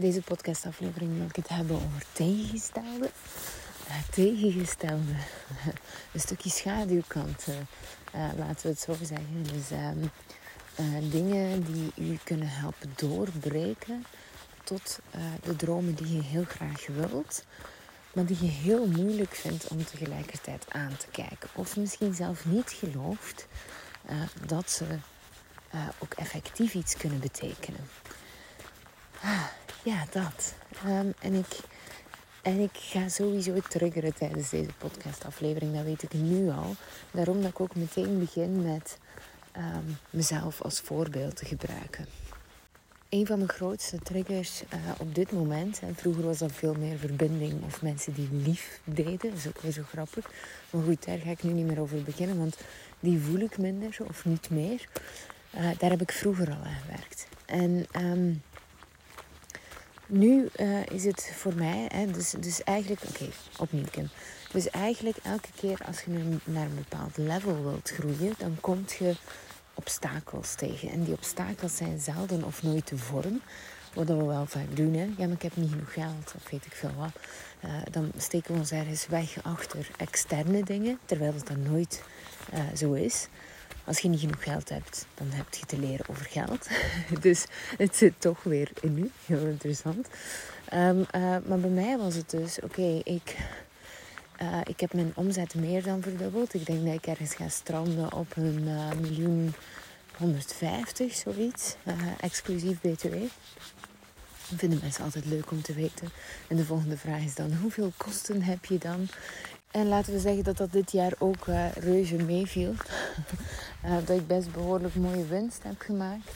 Deze podcastaflevering wil ik het hebben over tegengestelde. Een stukje schaduwkant, laten we het zo zeggen. Dus dingen die u kunnen helpen doorbreken tot de dromen die je heel graag wilt, maar die je heel moeilijk vindt om tegelijkertijd aan te kijken. Of misschien zelf niet gelooft dat ze ook effectief iets kunnen betekenen. Ja, dat. En ik ga sowieso triggeren tijdens deze podcastaflevering. Dat weet ik nu al. Daarom dat ik ook meteen begin met mezelf als voorbeeld te gebruiken. Een van mijn grootste triggers op dit moment... En vroeger was dat veel meer verbinding of mensen die lief deden. Dat is ook weer zo grappig. Maar goed, daar ga ik nu niet meer over beginnen. Want die voel ik minder of niet meer. Daar heb ik vroeger al aan gewerkt. En... Nu is het voor mij, dus eigenlijk, opnieuw Kim. Dus eigenlijk elke keer als je naar een bepaald level wilt groeien, dan kom je obstakels tegen. En die obstakels zijn zelden of nooit de vorm, wat we wel vaak doen. Hè. Ja, maar ik heb niet genoeg geld, of weet ik veel wat. Dan steken we ons ergens weg achter externe dingen, terwijl dat dan nooit zo is. Als je niet genoeg geld hebt, dan heb je te leren over geld. Dus het zit toch weer in u. Heel interessant. Maar bij mij was het dus... Ik heb mijn omzet meer dan verdubbeld. Ik denk dat ik ergens ga stranden op een 1.150.000, zoiets. Exclusief BTW. Dat vinden mensen altijd leuk om te weten. En de volgende vraag is dan, hoeveel kosten heb je dan? En laten we zeggen dat dat dit jaar ook reuze meeviel. Dat ik best behoorlijk mooie winst heb gemaakt.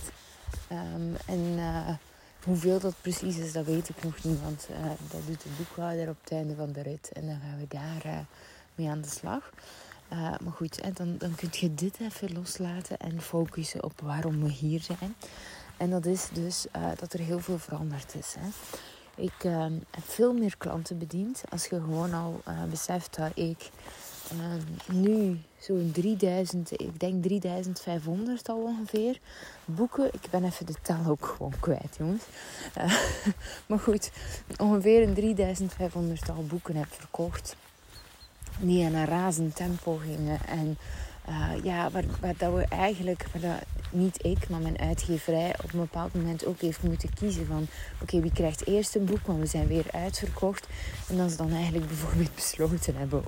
Hoeveel dat precies is, dat weet ik nog niet. Want dat doet de boekhouder op het einde van de rit. En dan gaan we daar mee aan de slag. Maar goed, dan kun je dit even loslaten en focussen op waarom we hier zijn. En dat is dus dat er heel veel veranderd is. Hè. Ik heb veel meer klanten bediend. Als je gewoon al beseft dat ik nu zo'n 3000, ik denk 3500 al ongeveer boeken. Ik ben even de tel ook gewoon kwijt, jongens. Maar goed, ongeveer een 3500 al boeken heb verkocht. Die in een razend tempo gingen. En waar dat we eigenlijk... Niet ik, maar mijn uitgeverij op een bepaald moment ook heeft moeten kiezen van... Oké, wie krijgt eerst een boek, want we zijn weer uitverkocht. En dat ze dan eigenlijk bijvoorbeeld besloten hebben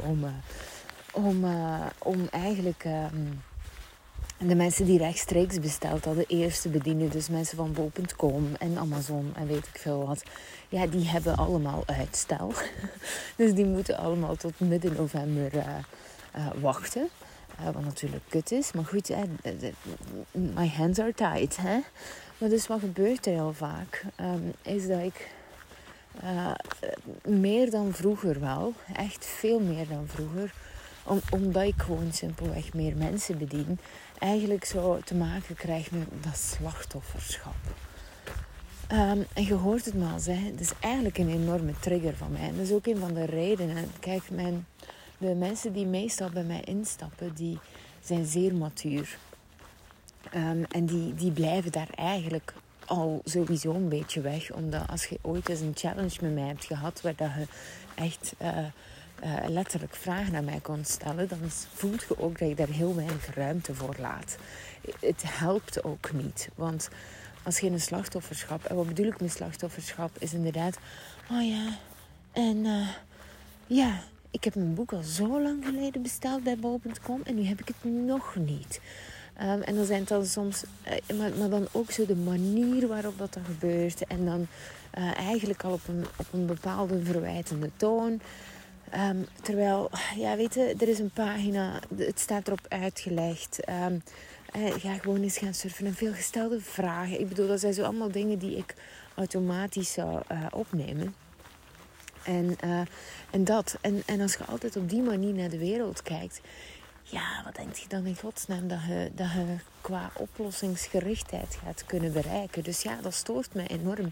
om eigenlijk de mensen die rechtstreeks besteld hadden eerst te bedienen. Dus mensen van bol.com en Amazon en weet ik veel wat. Ja, die hebben allemaal uitstel. Dus die moeten allemaal tot midden november wachten. Wat natuurlijk kut is. Maar goed, my hands are tied. Hè? Maar dus wat gebeurt er heel vaak? Is dat ik meer dan vroeger wel. Echt veel meer dan vroeger. Omdat ik gewoon simpelweg meer mensen bedien. Eigenlijk zo te maken krijg met dat slachtofferschap. En je hoort het maar al zeggen. Het is eigenlijk een enorme trigger van mij. En dat is ook een van de redenen. Kijk, de mensen die meestal bij mij instappen, die zijn zeer matuur. En die blijven daar eigenlijk al sowieso een beetje weg. Omdat als je ooit eens een challenge met mij hebt gehad, waar dat je echt letterlijk vragen aan mij kon stellen, dan voelt je ook dat je daar heel weinig ruimte voor laat. Het helpt ook niet. Want als je een slachtofferschap... En wat bedoel ik met slachtofferschap? Is inderdaad... Oh ja, en ik heb mijn boek al zo lang geleden besteld bij bol.com en nu heb ik het nog niet. En dan zijn het dan soms... maar dan ook zo de manier waarop dat gebeurt. En dan eigenlijk al op een bepaalde verwijtende toon. Terwijl, ja, weet je, er is een pagina, het staat erop uitgelegd. Ga gewoon eens gaan surfen en veel gestelde vragen. Ik bedoel, dat zijn zo allemaal dingen die ik automatisch zou opnemen. En als je altijd op die manier naar de wereld kijkt... Ja, wat denk je dan in godsnaam dat je qua oplossingsgerichtheid gaat kunnen bereiken? Dus ja, dat stoort mij enorm.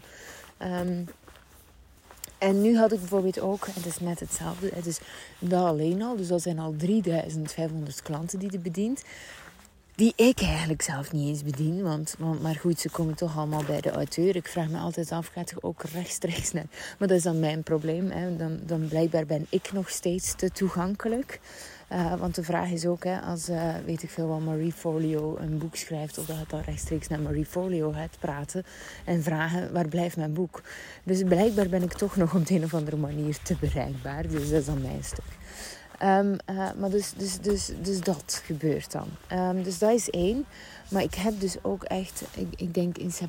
En nu had ik bijvoorbeeld ook, het is net hetzelfde, het is dat alleen al. Dus dat zijn al 3500 klanten die je bedient. Die ik eigenlijk zelf niet eens bedien. Maar goed, ze komen toch allemaal bij de auteur. Ik vraag me altijd af, gaat er ook rechtstreeks naar? Maar dat is dan mijn probleem. Hè. Dan blijkbaar ben ik nog steeds te toegankelijk. Want de vraag is ook, hè, als weet ik veel wat Marie Forleo een boek schrijft, of dat het dan rechtstreeks naar Marie Forleo gaat praten en vragen, waar blijft mijn boek? Dus blijkbaar ben ik toch nog op de een of andere manier te bereikbaar. Dus dat is dan mijn stuk. Maar dus dat gebeurt dan. Dus dat is 1. Maar ik heb dus ook echt, ik denk in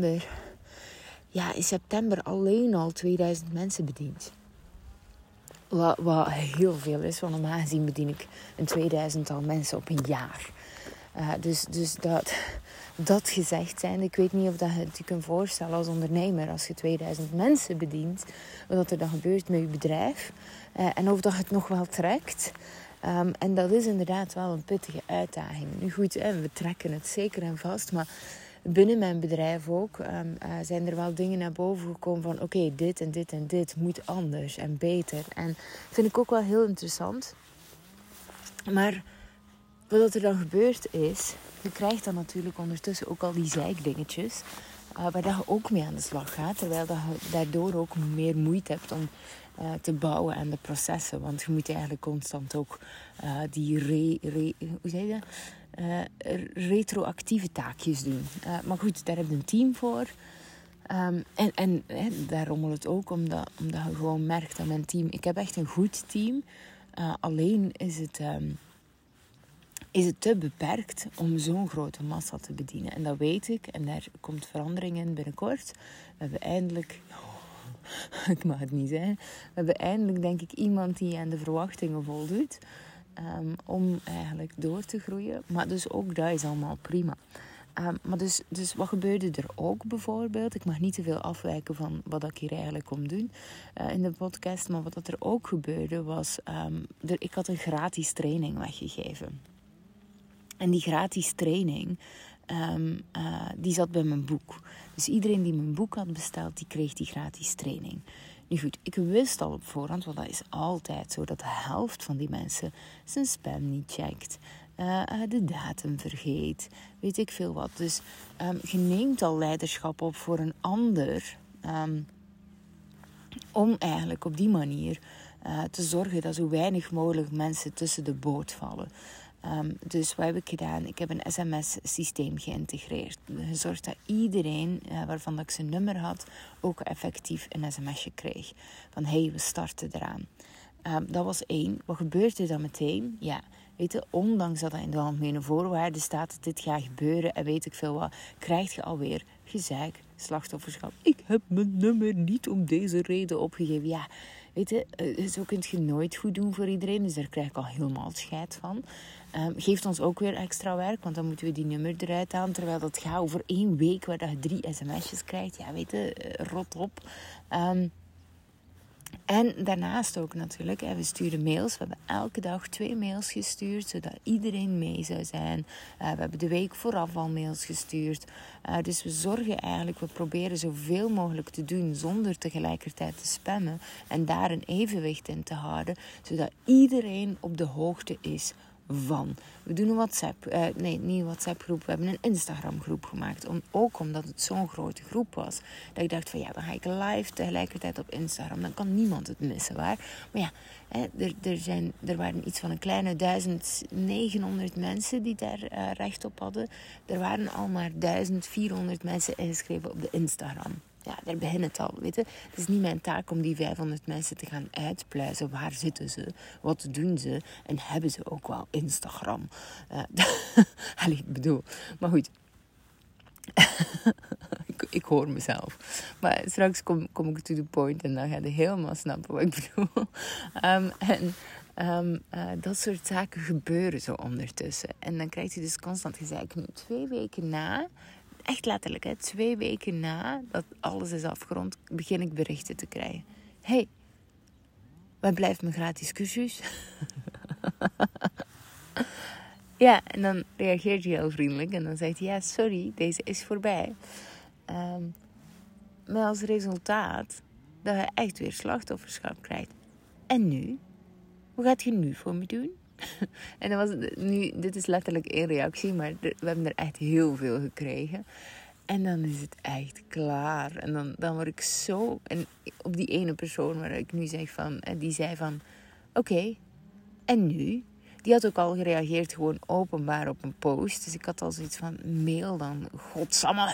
september alleen al 2000 mensen bediend. Wat heel veel is, want normaal gezien bedien ik een 2000-tal mensen op een jaar. Dus dat gezegd zijn, ik weet niet of dat je het je kunt voorstellen als ondernemer, als je 2000 mensen bedient, wat er dan gebeurt met je bedrijf en of dat het nog wel trekt. En dat is inderdaad wel een pittige uitdaging. Nu goed, we trekken het zeker en vast, maar binnen mijn bedrijf ook zijn er wel dingen naar boven gekomen van oké, dit en dit en dit moet anders en beter. En vind ik ook wel heel interessant. Maar wat er dan gebeurt is, je krijgt dan natuurlijk ondertussen ook al die zeikdingetjes waar dat je ook mee aan de slag gaat. Terwijl dat je daardoor ook meer moeite hebt om te bouwen aan de processen. Want je moet eigenlijk constant ook die retroactieve taakjes doen. Maar goed, daar heb je een team voor. En daar rommelt het ook, omdat je gewoon merkt dat mijn team... Ik heb echt een goed team. Alleen is het te beperkt om zo'n grote massa te bedienen. En dat weet ik. En daar komt verandering in binnenkort. We hebben eindelijk... ik mag het niet zeggen. We hebben eindelijk, denk ik, iemand die aan de verwachtingen voldoet. Om eigenlijk door te groeien. Maar dus ook dat is allemaal prima. Maar dus wat gebeurde er ook bijvoorbeeld? Ik mag niet te veel afwijken van wat ik hier eigenlijk kom doen in de podcast. Maar wat er ook gebeurde was... ik had een gratis training weggegeven. En die gratis training, die zat bij mijn boek. Dus iedereen die mijn boek had besteld, die kreeg die gratis training. Nu goed, ik wist al op voorhand, want dat is altijd zo, dat de helft van die mensen zijn spam niet checkt. De datum vergeet, weet ik veel wat. Dus je neemt al leiderschap op voor een ander... om eigenlijk op die manier te zorgen dat zo weinig mogelijk mensen tussen de boot vallen. Dus wat heb ik gedaan? Ik heb een sms-systeem geïntegreerd. Gezorgd dat iedereen waarvan dat ik zijn nummer had, ook effectief een sms'je kreeg. Van hey, we starten eraan. Dat was 1. Wat gebeurde dan meteen? Ja, weet je, ondanks dat in de algemene voorwaarden staat dat dit gaat gebeuren en weet ik veel wat, krijg je alweer gezeik, slachtofferschap. Ik heb mijn nummer niet om deze reden opgegeven. Ja, weet je, zo kun je nooit goed doen voor iedereen. Dus daar krijg ik al helemaal scheid van. Geeft ons ook weer extra werk, want dan moeten we die nummer eruit halen. Terwijl dat gaat over 1 week waar je 3 sms'jes krijgt. Ja, weet je, rot op. En daarnaast ook natuurlijk, we sturen mails. We hebben elke dag 2 mails gestuurd, zodat iedereen mee zou zijn. We hebben de week vooraf al mails gestuurd. Dus we zorgen eigenlijk, we proberen zoveel mogelijk te doen zonder tegelijkertijd te spammen. En daar een evenwicht in te houden, zodat iedereen op de hoogte is van. We doen een WhatsApp, niet een WhatsApp groep, we hebben een Instagram groep gemaakt. Ook omdat het zo'n grote groep was. Dat ik dacht van ja, dan ga ik live tegelijkertijd op Instagram. Dan kan niemand het missen, waar? Maar ja, er waren iets van een kleine 1900 mensen die daar recht op hadden. Er waren al maar 1400 mensen ingeschreven op de Instagram. Ja, daar begint het al, weet je. Het is niet mijn taak om die 500 mensen te gaan uitpluizen. Waar zitten ze? Wat doen ze? En hebben ze ook wel Instagram? Ik bedoel, maar goed. ik hoor mezelf. Maar straks kom ik to the point en dan ga je helemaal snappen wat ik bedoel. Dat soort zaken gebeuren zo ondertussen. En dan krijg je dus constant gezeik. 2 weken na... Echt letterlijk, 2 weken na dat alles is afgerond, begin ik berichten te krijgen. Hey, waar blijft mijn gratis cursus? Ja, en dan reageert hij heel vriendelijk en dan zegt hij, ja, sorry, deze is voorbij. Maar als resultaat dat je echt weer slachtofferschap krijgt. En nu? Hoe gaat je nu voor me doen? En dan was het, nu, dit is letterlijk één reactie, maar we hebben er echt heel veel gekregen. En dan is het echt klaar. En dan word ik zo... En op die ene persoon waar ik nu zeg van... Die zei van... Oké, en nu? Die had ook al gereageerd gewoon openbaar op een post. Dus ik had al zoiets van... Mail dan, godsamme.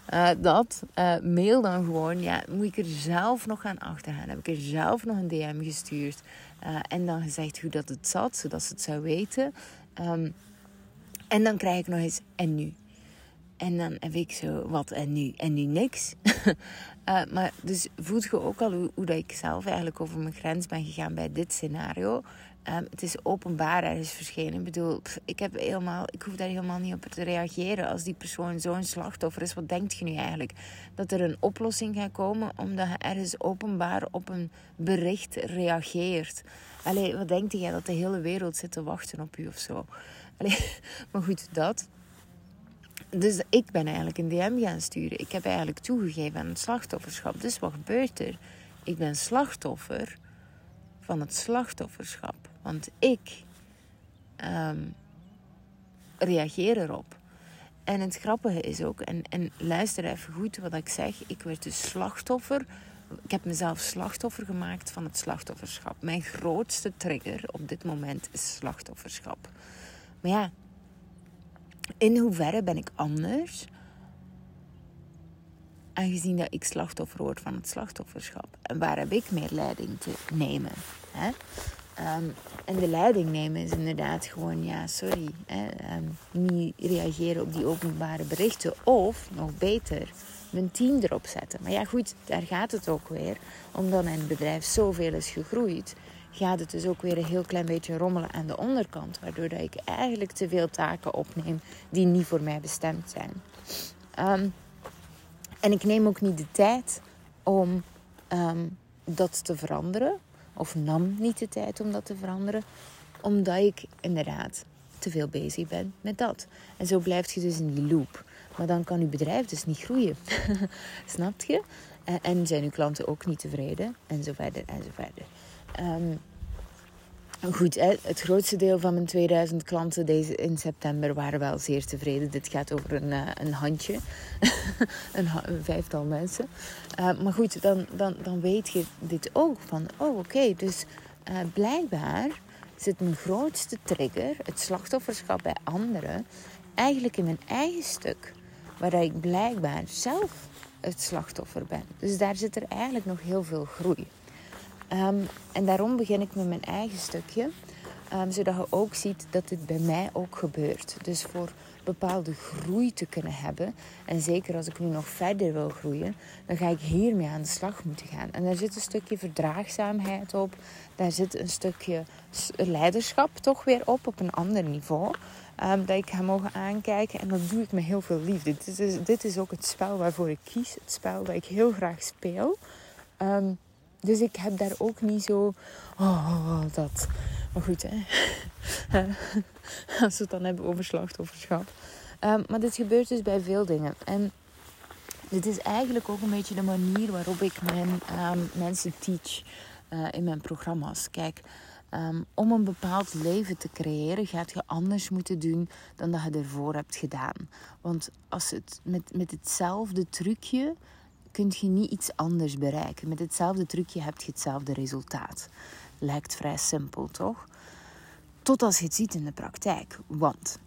Mail dan gewoon. Ja, moet ik er zelf nog aan achtergaan? Heb ik er zelf nog een DM gestuurd? En dan gezegd hoe dat het zat. Zodat ze het zou weten. En dan krijg ik nog eens... En nu? En dan heb ik zo, wat en nu? En nu niks. Maar dus voelt je ook al hoe dat ik zelf eigenlijk over mijn grens ben gegaan bij dit scenario. Het is openbaar ergens verschenen. Ik bedoel, ik hoef daar helemaal niet op te reageren. Als die persoon zo'n slachtoffer is, wat denkt je nu eigenlijk? Dat er een oplossing gaat komen omdat je ergens openbaar op een bericht reageert. Allee, wat denkt jij dat de hele wereld zit te wachten op u of zo? Allee, maar goed, dat... Dus ik ben eigenlijk een DM gaan sturen. Ik heb eigenlijk toegegeven aan het slachtofferschap. Dus wat gebeurt er? Ik ben slachtoffer van het slachtofferschap. Want ik reageer erop. En het grappige is ook... En luister even goed wat ik zeg. Ik werd dus slachtoffer. Ik heb mezelf slachtoffer gemaakt van het slachtofferschap. Mijn grootste trigger op dit moment is slachtofferschap. Maar ja... In hoeverre ben ik anders, aangezien dat ik slachtoffer word van het slachtofferschap? En waar heb ik meer leiding te nemen? Hè? En de leiding nemen is inderdaad gewoon, niet reageren op die openbare berichten. Of, nog beter, mijn team erop zetten. Maar ja goed, daar gaat het ook weer. Omdat mijn bedrijf zoveel is gegroeid... gaat het dus ook weer een heel klein beetje rommelen aan de onderkant. Waardoor dat ik eigenlijk te veel taken opneem die niet voor mij bestemd zijn. En ik neem ook niet de tijd om dat te veranderen. Of nam niet de tijd om dat te veranderen. Omdat ik inderdaad te veel bezig ben met dat. En zo blijf je dus in die loop. Maar dan kan je bedrijf dus niet groeien. Snap je? En zijn uw klanten ook niet tevreden. En zo verder en zo verder. Goed, het grootste deel van mijn 2000 klanten in september waren wel zeer tevreden. Dit gaat over een handje, een vijftal mensen. Maar goed, dan weet je dit ook van, oké, dus blijkbaar zit mijn grootste trigger, het slachtofferschap bij anderen, eigenlijk in mijn eigen stuk. Waar ik blijkbaar zelf het slachtoffer ben. Dus daar zit er eigenlijk nog heel veel groei. En daarom begin ik met mijn eigen stukje. Zodat je ook ziet dat dit bij mij ook gebeurt. Dus voor bepaalde groei te kunnen hebben. En zeker als ik nu nog verder wil groeien. Dan ga ik hiermee aan de slag moeten gaan. En daar zit een stukje verdraagzaamheid op. Daar zit een stukje leiderschap toch weer op een ander niveau. Dat ik ga mogen aankijken. En dat doe ik met heel veel liefde. Dit is ook het spel waarvoor ik kies. Het spel dat ik heel graag speel. Dus ik heb daar ook niet zo... dat... Maar goed, hè. Als we het dan hebben over slachtofferschap. Maar dit gebeurt dus bij veel dingen. En dit is eigenlijk ook een beetje de manier waarop ik mijn mensen teach in mijn programma's. Kijk, om een bepaald leven te creëren, gaat je anders moeten doen dan dat je ervoor hebt gedaan. Want als het met hetzelfde trucje... kun je niet iets anders bereiken. Met hetzelfde trucje heb je hetzelfde resultaat. Lijkt vrij simpel, toch? Tot als je het ziet in de praktijk. Want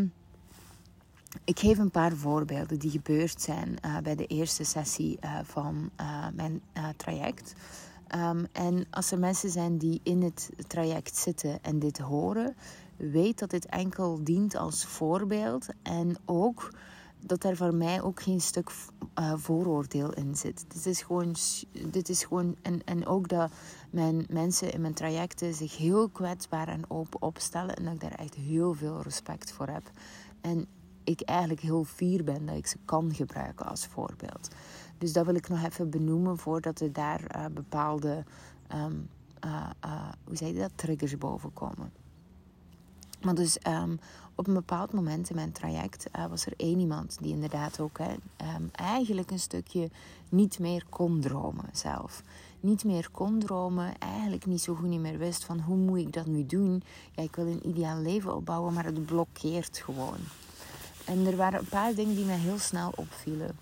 ik geef een paar voorbeelden die gebeurd zijn bij de eerste sessie van mijn traject. En als er mensen zijn die in het traject zitten en dit horen, weet dat dit enkel dient als voorbeeld en ook... dat er voor mij ook geen stuk vooroordeel in zit. Dit is gewoon en ook dat mijn mensen in mijn trajecten zich heel kwetsbaar en open opstellen. En dat ik daar echt heel veel respect voor heb. En ik eigenlijk heel fier ben dat ik ze kan gebruiken als voorbeeld. Dus dat wil ik nog even benoemen voordat er daar bepaalde, hoe zeg je dat, triggers boven komen. Maar dus op een bepaald moment in mijn traject was er één iemand die inderdaad ook eigenlijk een stukje niet meer kon dromen zelf. Niet meer kon dromen, eigenlijk niet zo goed niet meer wist van hoe moet ik dat nu doen. Ja, ik wil een ideaal leven opbouwen, maar het blokkeert gewoon. En er waren een paar dingen die mij heel snel opvielen.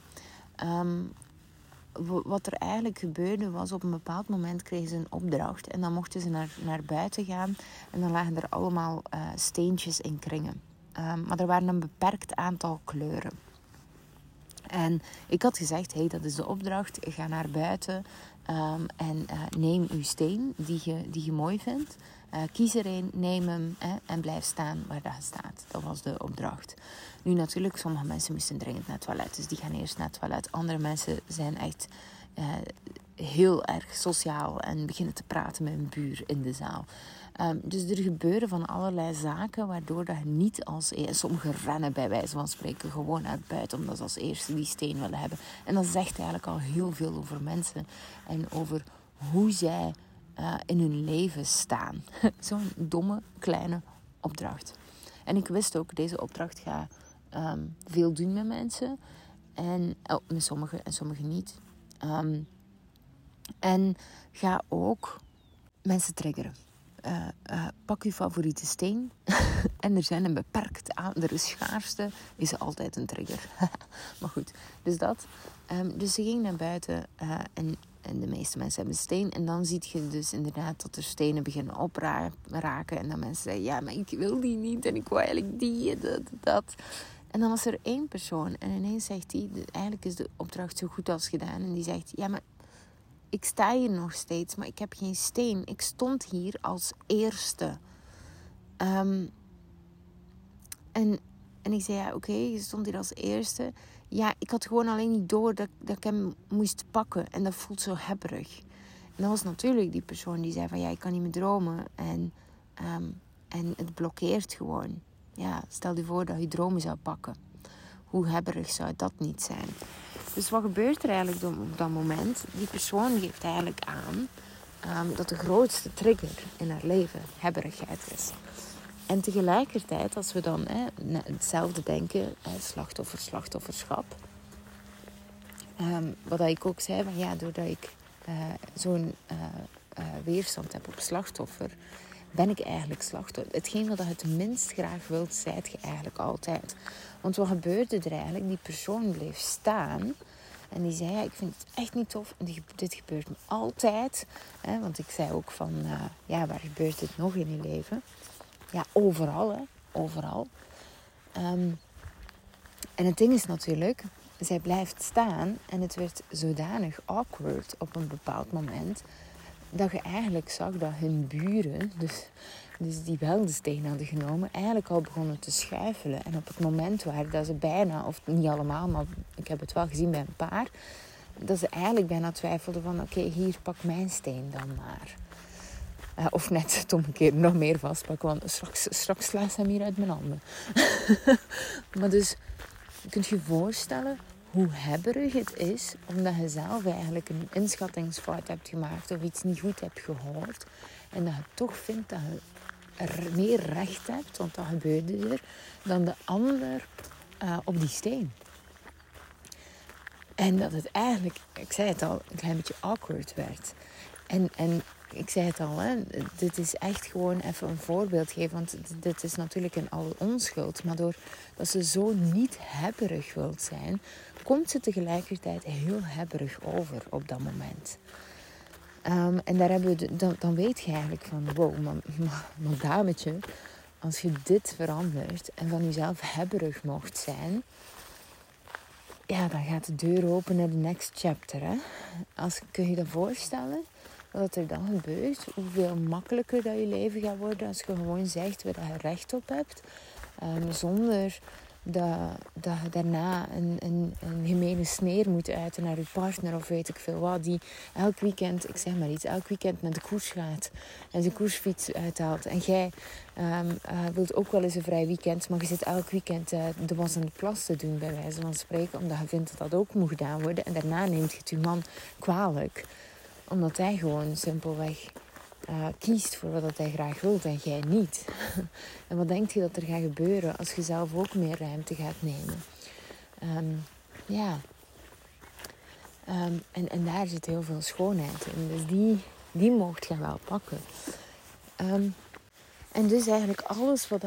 Wat er eigenlijk gebeurde was, op een bepaald moment kregen ze een opdracht. En dan mochten ze naar buiten gaan. En dan lagen er allemaal steentjes in kringen. Maar er waren een beperkt aantal kleuren. En ik had gezegd, dat is de opdracht. Ga naar buiten en neem uw steen die je mooi vindt. Kies er een, neem hem en blijf staan waar dat staat. Dat was de opdracht. Nu natuurlijk, sommige mensen moesten dringend naar het toilet. Dus die gaan eerst naar het toilet. Andere mensen zijn echt heel erg sociaal en beginnen te praten met een buur in de zaal. Dus er gebeuren van allerlei zaken waardoor dat je niet als eerste... Sommigen rennen bij wijze van spreken gewoon naar buiten omdat ze als eerste die steen willen hebben. En dat zegt eigenlijk al heel veel over mensen en over hoe zij in hun leven staan. Zo'n domme, kleine opdracht. En ik wist ook, deze opdracht gaat veel doen met mensen. En met sommigen en sommigen niet. En ga ook mensen triggeren. Pak je favoriete steen. En er zijn een beperkt aantal. Er is schaarste, is altijd een trigger. Maar goed, dus dat. Dus ze ging naar buiten en de meeste mensen hebben een steen. En dan zie je dus inderdaad dat er stenen beginnen opraken. En dan mensen zeggen, ja, maar ik wil die niet. En ik wil eigenlijk die, dat. En dan was er één persoon. En ineens zegt hij, eigenlijk is de opdracht zo goed als gedaan. En die zegt, ja, maar ik sta hier nog steeds, maar ik heb geen steen. Ik stond hier als eerste. En ik zei, ja, oké, je stond hier als eerste. Ja, ik had gewoon alleen niet door dat ik hem moest pakken. En dat voelt zo hebberig. En dat was natuurlijk die persoon die zei van, ja, ik kan niet meer dromen. En het blokkeert gewoon. Ja, stel je voor dat je dromen zou pakken. Hoe hebberig zou dat niet zijn? Dus wat gebeurt er eigenlijk op dat moment? Die persoon geeft eigenlijk aan dat de grootste trigger in haar leven hebberigheid is. En tegelijkertijd, als we dan hetzelfde denken, slachtofferschap. Wat ik ook zei, van ja, doordat ik zo'n weerstand heb op slachtoffer, ben ik eigenlijk slachtoffer. Hetgeen wat je het minst graag wilt, zijt je eigenlijk altijd. Want wat gebeurde er eigenlijk? Die persoon bleef staan en die zei, ja, ik vind het echt niet tof. En dit gebeurt me altijd. Want ik zei ook van, waar gebeurt dit nog in je leven? Ja, overal, overal. En het ding is natuurlijk, zij blijft staan en het werd zodanig awkward op een bepaald moment, dat je eigenlijk zag dat hun buren, dus die wel de steen hadden genomen, eigenlijk al begonnen te schuifelen. En op het moment waar dat ze bijna, of niet allemaal, maar ik heb het wel gezien bij een paar, dat ze eigenlijk bijna twijfelden van, oké, hier, pak mijn steen dan maar. Of net om een keer nog meer vastpakken, want straks slaat ze hem hier uit mijn handen. Maar dus, je kunt je voorstellen hoe hebberig het is, omdat je zelf eigenlijk een inschattingsfout hebt gemaakt of iets niet goed hebt gehoord. En dat je toch vindt dat je er meer recht hebt, want dat gebeurde er, dan de ander op die steen. En dat het eigenlijk, ik zei het al, een klein beetje awkward werd. En ik zei het al, dit is echt gewoon even een voorbeeld geven. Want dit is natuurlijk in alle onschuld. Maar doordat ze zo niet hebberig wilt zijn, komt ze tegelijkertijd heel hebberig over op dat moment. En daar hebben we dan weet je eigenlijk van, wow, maar dametje, als je dit verandert en van jezelf hebberig mocht zijn, ja, dan gaat de deur open naar de next chapter. Hè? Kun je je dat voorstellen? Wat er dan gebeurt, hoeveel makkelijker dat je leven gaat worden als je gewoon zegt waar je recht op hebt. Zonder dat je daarna een gemene sneer moet uiten naar je partner of weet ik veel wat. Die elk weekend, ik zeg maar iets, elk weekend naar de koers gaat en zijn koersfiets uithaalt. En jij wilt ook wel eens een vrij weekend, maar je zit elk weekend de was en de plas te doen bij wijze van spreken. Omdat je vindt dat dat ook moet gedaan worden. En daarna neemt je het je man kwalijk. Omdat hij gewoon simpelweg kiest voor wat hij graag wilt en jij niet. En wat denkt je dat er gaat gebeuren als je zelf ook meer ruimte gaat nemen? En daar zit heel veel schoonheid in. Dus die mocht je wel pakken. En dus eigenlijk alles wat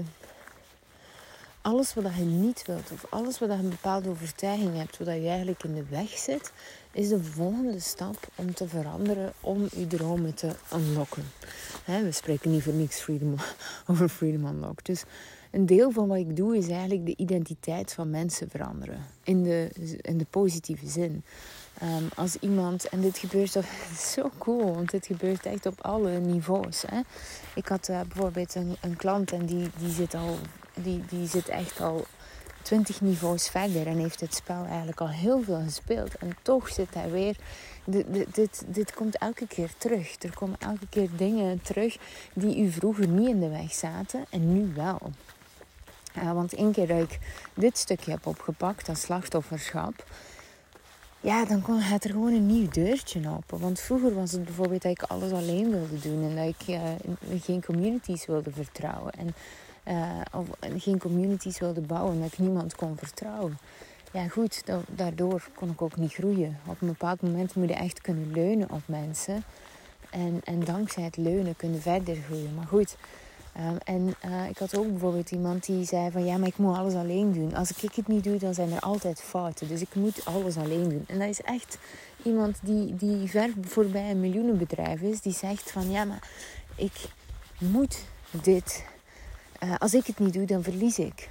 je niet wilt, of alles wat je een bepaalde overtuiging hebt, wat je eigenlijk in de weg zit, is de volgende stap om te veranderen, om je dromen te unlocken. We spreken niet voor niks over Freedom Unlocked. Dus een deel van wat ik doe is eigenlijk de identiteit van mensen veranderen. In de positieve zin. Als iemand, en dit gebeurt toch zo cool, want dit gebeurt echt op alle niveaus. Ik had bijvoorbeeld een klant en die zit echt al 20 niveaus verder en heeft het spel eigenlijk al heel veel gespeeld. En toch zit hij weer. Dit komt elke keer terug. Er komen elke keer dingen terug die u vroeger niet in de weg zaten en nu wel. Want één keer dat ik dit stukje heb opgepakt, dat slachtofferschap, ja, dan gaat er gewoon een nieuw deurtje open. Want vroeger was het bijvoorbeeld dat ik alles alleen wilde doen en dat ik geen communities wilde vertrouwen. Of geen communities wilde bouwen, dat ik niemand kon vertrouwen. Ja goed, daardoor kon ik ook niet groeien. Op een bepaald moment moet je echt kunnen leunen op mensen. En dankzij het leunen kunnen verder groeien. Maar goed, ik had ook bijvoorbeeld iemand die zei van ja, maar ik moet alles alleen doen. Als ik het niet doe, dan zijn er altijd fouten. Dus ik moet alles alleen doen. En dat is echt iemand die ver voorbij een miljoenenbedrijf is. Die zegt van ja, maar ik moet dit. Als ik het niet doe, dan verlies ik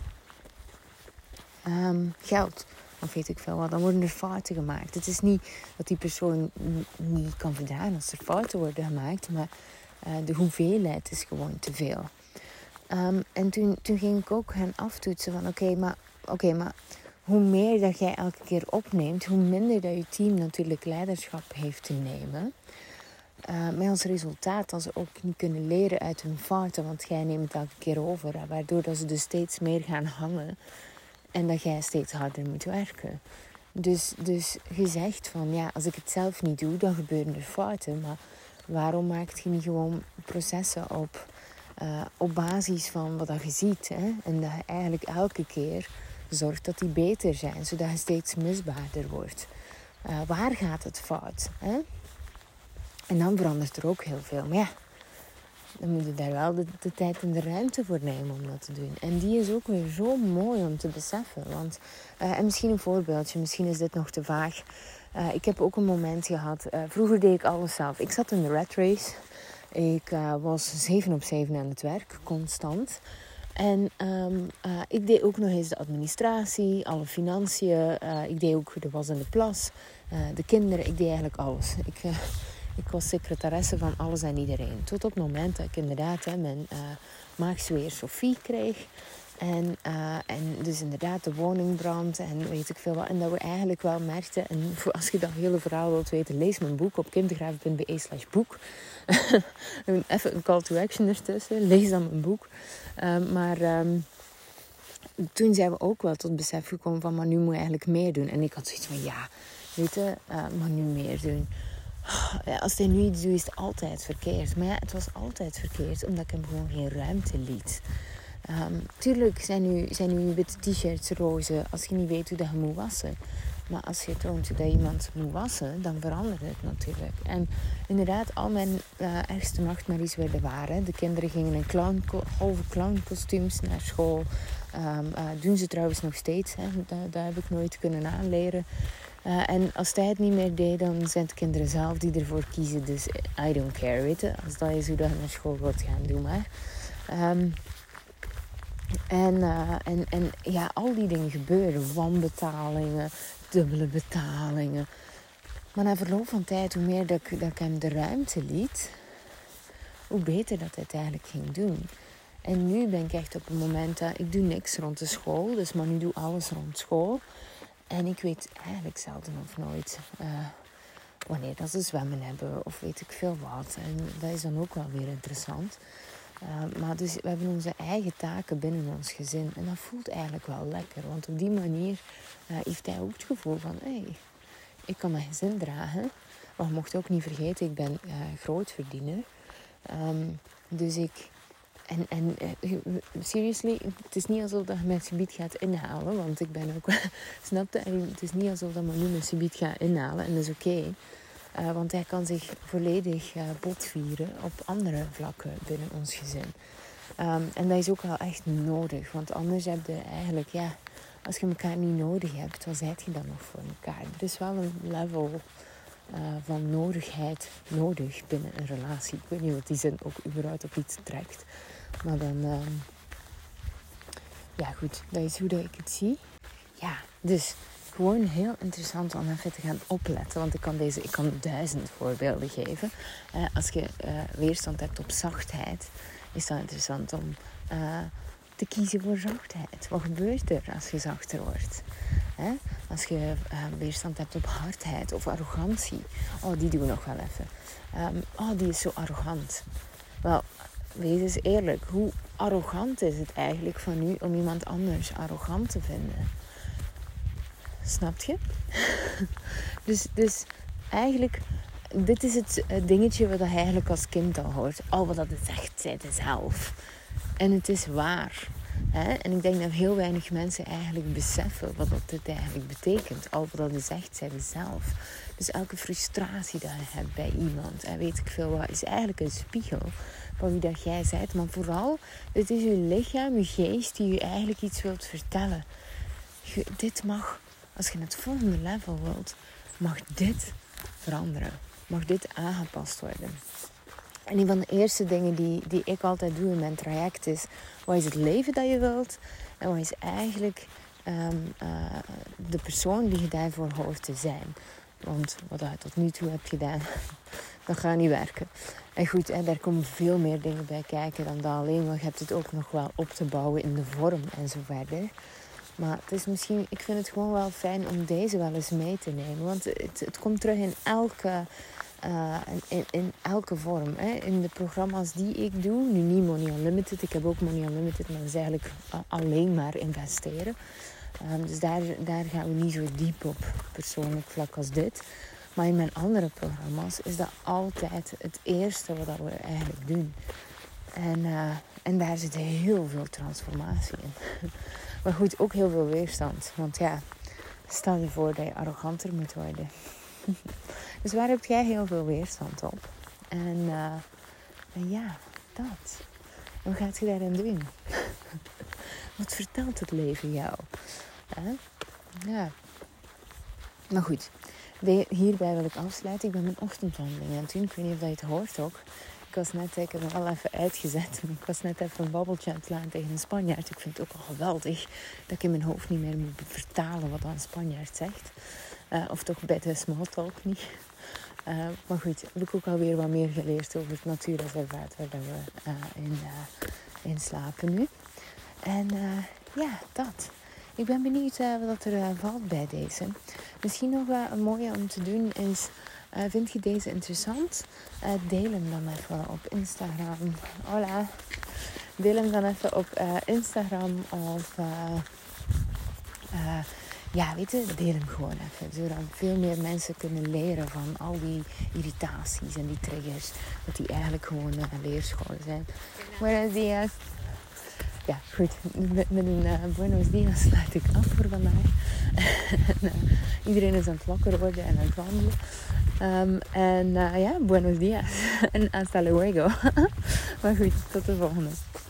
geld. Of weet ik veel wat. Dan worden er fouten gemaakt. Het is niet dat die persoon niet kan verdragen als er fouten worden gemaakt. Maar de hoeveelheid is gewoon te veel. En toen ging ik ook gaan aftoetsen van oké, maar hoe meer dat jij elke keer opneemt, hoe minder dat je team natuurlijk leiderschap heeft te nemen. Met als resultaat dat ze ook niet kunnen leren uit hun fouten, want jij neemt het elke keer over. Waardoor dat ze dus steeds meer gaan hangen en dat jij steeds harder moet werken. Dus je zegt van ja, als ik het zelf niet doe, dan gebeuren er fouten. Maar waarom maak je niet gewoon processen op basis van wat je ziet? Hè? En dat je eigenlijk elke keer zorgt dat die beter zijn, zodat je steeds misbaarder wordt. Waar gaat het fout? Hè? En dan verandert er ook heel veel. Maar ja, dan moet je daar wel de tijd en de ruimte voor nemen om dat te doen. En die is ook weer zo mooi om te beseffen. Want, en misschien een voorbeeldje, misschien is dit nog te vaag. Ik heb ook een moment gehad, vroeger deed ik alles zelf. Ik zat in de rat race. Ik was 7 op 7 aan het werk, constant. En ik deed ook nog eens de administratie, alle financiën. Ik deed ook de was en de plas, de kinderen. Ik deed eigenlijk alles. Ik was secretaresse van alles en iedereen. Tot op het moment dat ik inderdaad mijn maagzweer Sophie kreeg. En dus inderdaad de woningbrand en weet ik veel wat. En dat we eigenlijk wel merkten. En als je dat hele verhaal wilt weten, lees mijn boek op kindergraven.be/boek. Even een call to action ertussen. Lees dan mijn boek. Toen zijn we ook wel tot besef gekomen van, maar nu moet je eigenlijk meer doen. En ik had zoiets van, ja, weet je, maar nu meer doen. Als hij nu iets doet, is het altijd verkeerd. Maar ja, het was altijd verkeerd, omdat ik hem gewoon geen ruimte liet. Tuurlijk zijn nu witte t-shirts roze als je niet weet hoe dat je moet wassen. Maar als je toont dat iemand moet wassen, dan verandert het natuurlijk. En inderdaad, al mijn ergste nachtmerries werden waar. Hè. De kinderen gingen in halve clownkostuums naar school. Doen ze trouwens nog steeds. Hè. Dat heb ik nooit kunnen aanleren. En als hij het niet meer deed, dan zijn het kinderen zelf die ervoor kiezen. Dus I don't care, weet je. Als dat is hoe dat je naar school wilt gaan, doe maar. En ja, al die dingen gebeuren. Wanbetalingen, dubbele betalingen. Maar na verloop van tijd, hoe meer dat ik hem de ruimte liet, hoe beter dat hij het eigenlijk ging doen. En nu ben ik echt op een moment dat ik doe niks rond de school. Dus maar nu doe alles rond school. En ik weet eigenlijk zelden of nooit wanneer dat ze zwemmen hebben of weet ik veel wat. En dat is dan ook wel weer interessant. Maar dus we hebben onze eigen taken binnen ons gezin. En dat voelt eigenlijk wel lekker. Want op die manier heeft hij ook het gevoel van, hey, ik kan mijn gezin dragen. Maar je mocht ook niet vergeten, ik ben grootverdiener. Dus seriously, het is niet alsof dat je mijn subiet gaat inhalen. Want ik ben ook, snapte? En het is niet alsof dat Manu mijn subiet gaat inhalen. En dat is oké. Want hij kan zich volledig botvieren op andere vlakken binnen ons gezin. En dat is ook wel echt nodig. Want anders heb je eigenlijk, als je elkaar niet nodig hebt, wat zijt je dan nog voor elkaar? Er is wel een level van nodigheid nodig binnen een relatie. Ik weet niet wat die zin ook überhaupt op iets trekt. Maar dan, goed, dat is hoe dat ik het zie. Ja, dus gewoon heel interessant om even te gaan opletten. Want ik kan 1000 voorbeelden geven. Als je weerstand hebt op zachtheid, is dat interessant om te kiezen voor zachtheid. Wat gebeurt er als je zachter wordt? Als je weerstand hebt op hardheid of arrogantie. Oh, die doen we nog wel even. Die is zo arrogant. Wel, wees eens eerlijk. Hoe arrogant is het eigenlijk van u om iemand anders arrogant te vinden? Snap je? dus eigenlijk, dit is het dingetje wat je eigenlijk als kind al hoort. Wat dat het zegt, zij het zelf. En het is waar. En ik denk dat heel weinig mensen eigenlijk beseffen wat dit eigenlijk betekent. Al wat dat zegt, zij het zelf. Dus elke frustratie dat je hebt bij iemand, en weet ik veel wat, is eigenlijk een spiegel van wie dat jij bent. Maar vooral, het is je lichaam, je geest die je eigenlijk iets wilt vertellen. Dit mag, als je het volgende level wilt, mag dit veranderen. Mag dit aangepast worden. En een van de eerste dingen die ik altijd doe in mijn traject is, wat is het leven dat je wilt? En wat is eigenlijk de persoon die je daarvoor hoort te zijn? Want wat je tot nu toe hebt gedaan, dat gaat niet werken. En goed, daar komen veel meer dingen bij kijken dan dat alleen. Want je hebt het ook nog wel op te bouwen in de vorm en zo verder. Maar het is misschien, ik vind het gewoon wel fijn om deze wel eens mee te nemen. Want het komt terug in elke vorm. In de programma's die ik doe, nu niet Money Unlimited. Ik heb ook Money Unlimited, maar dat is eigenlijk alleen maar investeren. Dus daar gaan we niet zo diep op, persoonlijk vlak als dit. Maar in mijn andere programma's is dat altijd het eerste wat we eigenlijk doen. En daar zit heel veel transformatie in. Maar goed, ook heel veel weerstand. Want stel je voor dat je arroganter moet worden. Dus waar heb jij heel veel weerstand op? En dat. Wat gaat je daarin doen? Wat vertelt het leven jou? Ja. Maar goed, hierbij wil ik afsluiten. Ik ben mijn ochtendwandeling aan het doen. Ik weet niet of je het hoort ook. Ik heb hem al even uitgezet. Ik was net even een babbeltje aan het slaan tegen een Spanjaard. Ik vind het ook al geweldig dat ik in mijn hoofd niet meer moet vertalen wat een Spanjaard zegt. Of toch bij de small talk niet. Maar goed, heb ik ook alweer wat meer geleerd over het natuurreservaat waar we in slapen nu. En dat. Ik ben benieuwd wat er valt bij deze. Misschien nog wel een mooie om te doen is, vind je deze interessant? Deel hem dan even op Instagram. Hola. Deel hem dan even op Instagram of... deel hem gewoon even. Zodat veel meer mensen kunnen leren van al die irritaties en die triggers. Dat die eigenlijk gewoon leerscholen zijn. Buenos dias. Ja, goed. Met een buenos dias sluit ik af voor vandaag. Iedereen is aan het wakker worden en aan het wandelen. Buenos dias. En hasta luego. Maar goed, tot de volgende.